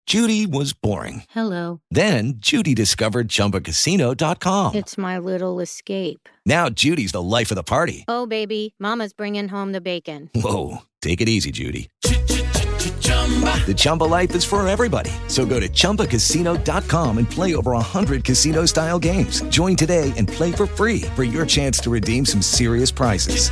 Judy was boring. Hello. Then Judy discovered ChumbaCasino.com. It's my little escape. Now Judy's the life of the party. Oh, baby, mama's bringing home the bacon. Whoa, take it easy, Judy. The Chumba life is for everybody. So go to ChumbaCasino.com and play over 100 casino-style games. Join today and play for free for your chance to redeem some serious prizes.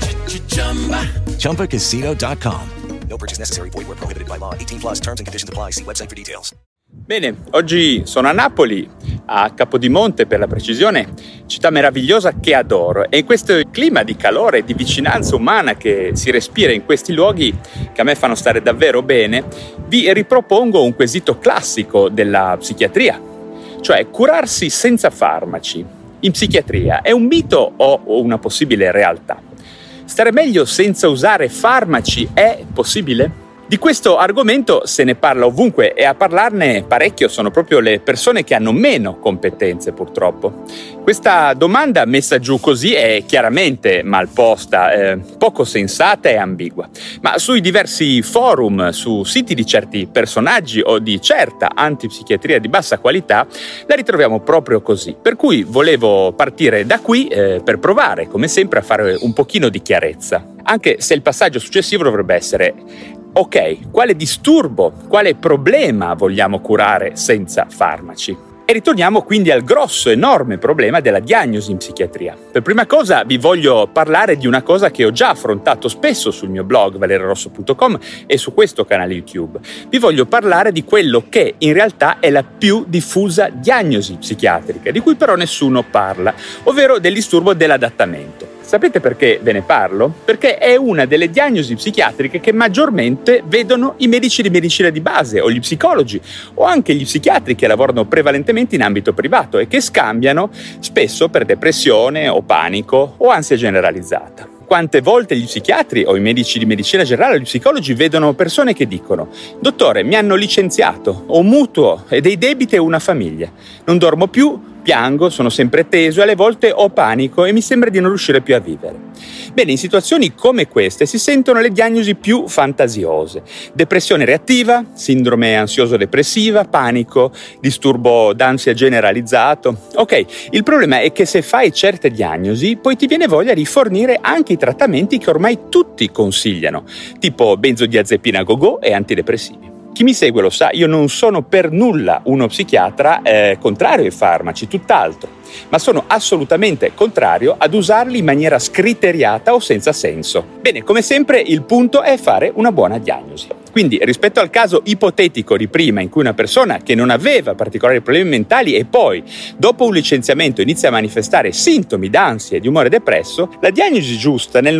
ChumbaCasino.com. No purchase necessary. Void where prohibited by law. 18 plus terms and conditions apply. See website for details. Bene, oggi sono a Napoli, a Capodimonte per la precisione, città meravigliosa che adoro, e in questo clima di calore e di vicinanza umana che si respira in questi luoghi, che a me fanno stare davvero bene, vi ripropongo un quesito classico della psichiatria, cioè curarsi senza farmaci. In psichiatria è un mito o una possibile realtà? Stare meglio senza usare farmaci è possibile? Di questo argomento se ne parla ovunque e a parlarne parecchio sono proprio le persone che hanno meno competenze, purtroppo. Questa domanda messa giù così è chiaramente mal posta, poco sensata e ambigua, ma sui diversi forum, su siti di certi personaggi o di certa antipsichiatria di bassa qualità, la ritroviamo proprio così. Per cui volevo partire da qui per provare, come sempre, a fare un pochino di chiarezza. Anche se il passaggio successivo dovrebbe essere: ok, quale disturbo, quale problema vogliamo curare senza farmaci? E ritorniamo quindi al grosso, enorme problema della diagnosi in psichiatria. Per prima cosa vi voglio parlare di una cosa che ho già affrontato spesso sul mio blog valeriorosso.com e su questo canale YouTube. Vi voglio parlare di quello che in realtà è la più diffusa diagnosi psichiatrica, di cui però nessuno parla, ovvero del disturbo dell'adattamento. Sapete perché ve ne parlo? Perché è una delle diagnosi psichiatriche che maggiormente vedono i medici di medicina di base o gli psicologi o anche gli psichiatri che lavorano prevalentemente in ambito privato e che scambiano spesso per depressione o panico o ansia generalizzata. Quante volte gli psichiatri o i medici di medicina generale o gli psicologi vedono persone che dicono: dottore, mi hanno licenziato, ho un mutuo e dei debiti e una famiglia, non dormo più, piango, sono sempre teso e alle volte ho panico e mi sembra di non riuscire più a vivere. Bene, in situazioni come queste si sentono le diagnosi più fantasiose: depressione reattiva, sindrome ansioso-depressiva, panico, disturbo d'ansia generalizzato. Ok, il problema è che se fai certe diagnosi poi ti viene voglia di fornire anche i trattamenti che ormai tutti consigliano, tipo benzodiazepina a go-go e antidepressivi. Chi mi segue lo sa, io non sono per nulla uno psichiatra contrario ai farmaci, tutt'altro, ma sono assolutamente contrario ad usarli in maniera scriteriata o senza senso. Bene, come sempre il punto è fare una buona diagnosi. Quindi, rispetto al caso ipotetico di prima, in cui una persona che non aveva particolari problemi mentali e poi, dopo un licenziamento, inizia a manifestare sintomi d'ansia e di umore depresso, la diagnosi giusta nel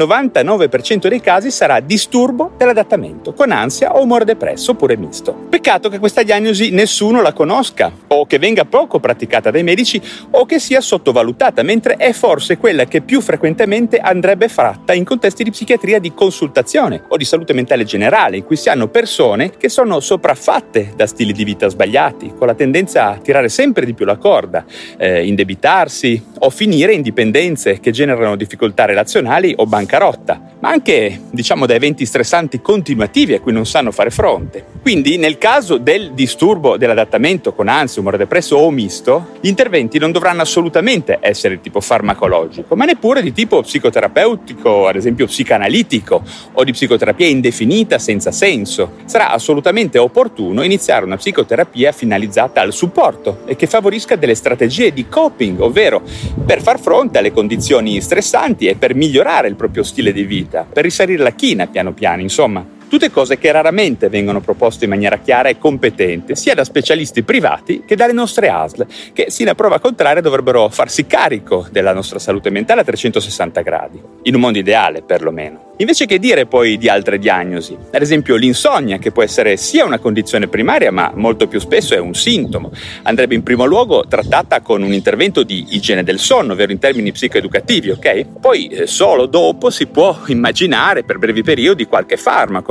99% dei casi sarà disturbo dell'adattamento, con ansia o umore depresso oppure misto. Peccato che questa diagnosi nessuno la conosca, o che venga poco praticata dai medici, o che sia sottovalutata, mentre è forse quella che più frequentemente andrebbe fatta in contesti di psichiatria di consultazione o di salute mentale generale, in cui si hanno persone che sono sopraffatte da stili di vita sbagliati, con la tendenza a tirare sempre di più la corda, indebitarsi o finire in dipendenze che generano difficoltà relazionali o bancarotta, ma anche, da eventi stressanti continuativi a cui non sanno fare fronte. Quindi, nel caso del disturbo dell'adattamento con ansia, umore depresso o misto, gli interventi non dovranno assolutamente essere di tipo farmacologico, ma neppure di tipo psicoterapeutico, ad esempio psicanalitico, o di psicoterapia indefinita senza senso. Sarà assolutamente opportuno iniziare una psicoterapia finalizzata al supporto e che favorisca delle strategie di coping, ovvero per far fronte alle condizioni stressanti e per migliorare il proprio stile di vita, per risalire la china piano piano, insomma. Tutte cose che raramente vengono proposte in maniera chiara e competente, sia da specialisti privati che dalle nostre ASL, che sino a prova contraria dovrebbero farsi carico della nostra salute mentale a 360 gradi, in un mondo ideale perlomeno. Invece che dire poi di altre diagnosi, ad esempio l'insonnia, che può essere sia una condizione primaria ma molto più spesso è un sintomo, andrebbe in primo luogo trattata con un intervento di igiene del sonno, ovvero in termini psicoeducativi, ok? Poi solo dopo si può immaginare per brevi periodi qualche farmaco,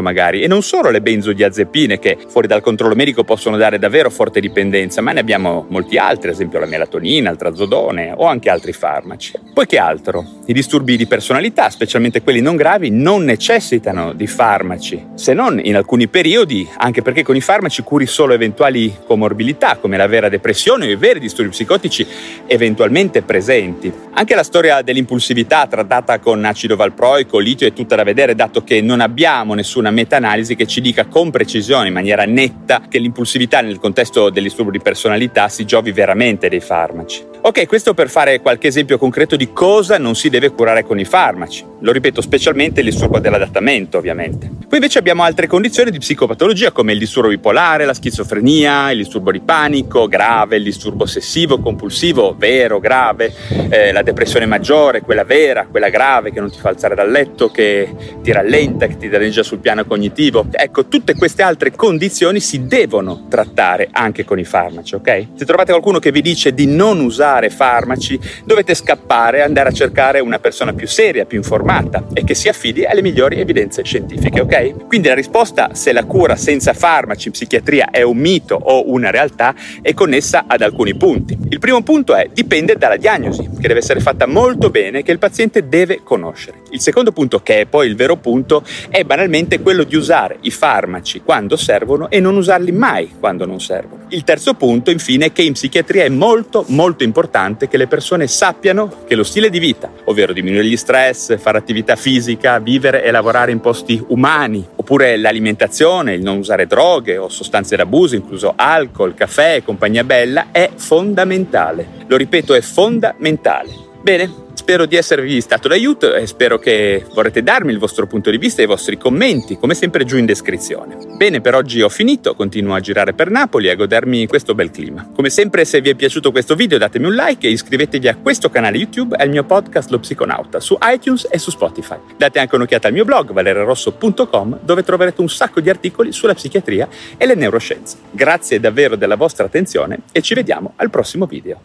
magari, e non solo le benzodiazepine che fuori dal controllo medico possono dare davvero forte dipendenza, ma ne abbiamo molti altri, ad esempio la melatonina, il trazodone o anche altri farmaci. Poi che altro? I disturbi di personalità, specialmente quelli non gravi, non necessitano di farmaci, se non in alcuni periodi, anche perché con i farmaci curi solo eventuali comorbilità come la vera depressione o i veri disturbi psicotici eventualmente presenti. Anche la storia dell'impulsività trattata con acido valproico, litio è tutta da vedere, dato che non abbiamo nessuna meta-analisi che ci dica con precisione, in maniera netta, che l'impulsività nel contesto del disturbo di personalità si giovi veramente dei farmaci. Ok, questo per fare qualche esempio concreto di cosa non si deve curare con i farmaci. Lo ripeto, specialmente il disturbo dell'adattamento, ovviamente. Poi invece abbiamo altre condizioni di psicopatologia come il disturbo bipolare, la schizofrenia, il disturbo di panico grave, il disturbo ossessivo compulsivo vero, grave, la depressione maggiore, quella vera, quella grave che non ti fa alzare dal letto, che ti rallenta, che ti danneggia sul piano cognitivo. Ecco, tutte queste altre condizioni si devono trattare anche con i farmaci, ok? Se trovate qualcuno che vi dice di non usare farmaci, dovete scappare e andare a cercare una persona più seria, più informata e che si affidi alle migliori evidenze scientifiche, ok? Quindi la risposta se la cura senza farmaci in psichiatria è un mito o una realtà è connessa ad alcuni punti. Il primo punto è: dipende dalla diagnosi, che deve essere fatta molto bene, che il paziente deve conoscere. Il secondo punto, che è poi il vero punto, è banalmente quello di usare i farmaci quando servono e non usarli mai quando non servono. Il terzo punto, infine, è che in psichiatria è molto importante che le persone sappiano che lo stile di vita, ovvero diminuire gli stress, fare attività fisica, vivere e lavorare in posti umani, oppure l'alimentazione, il non usare droghe o sostanze d'abuso, incluso alcol, caffè e compagnia bella, è fondamentale. Lo ripeto, è fondamentale. Bene, spero di esservi stato d'aiuto e spero che vorrete darmi il vostro punto di vista e i vostri commenti, come sempre giù in descrizione. Bene, per oggi ho finito, continuo a girare per Napoli e a godermi questo bel clima. Come sempre, se vi è piaciuto questo video datemi un like e iscrivetevi a questo canale YouTube e al mio podcast Lo Psiconauta su iTunes e su Spotify. Date anche un'occhiata al mio blog valeriarosso.com, dove troverete un sacco di articoli sulla psichiatria e le neuroscienze. Grazie davvero della vostra attenzione e ci vediamo al prossimo video.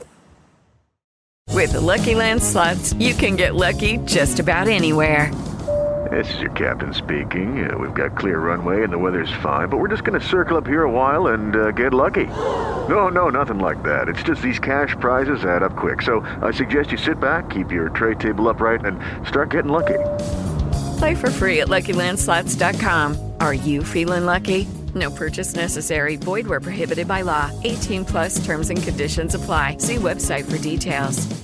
With the Lucky Land Slots, you can get lucky just about anywhere. This is your captain speaking. We've got clear runway and the weather's fine, but we're just going to circle up here a while and get lucky. No, nothing like that. It's just these cash prizes add up quick. So I suggest you sit back, keep your tray table upright, and start getting lucky. Play for free at LuckyLandSlots.com. Are you feeling lucky? No purchase necessary. Void where prohibited by law. 18+ terms and conditions apply. See website for details.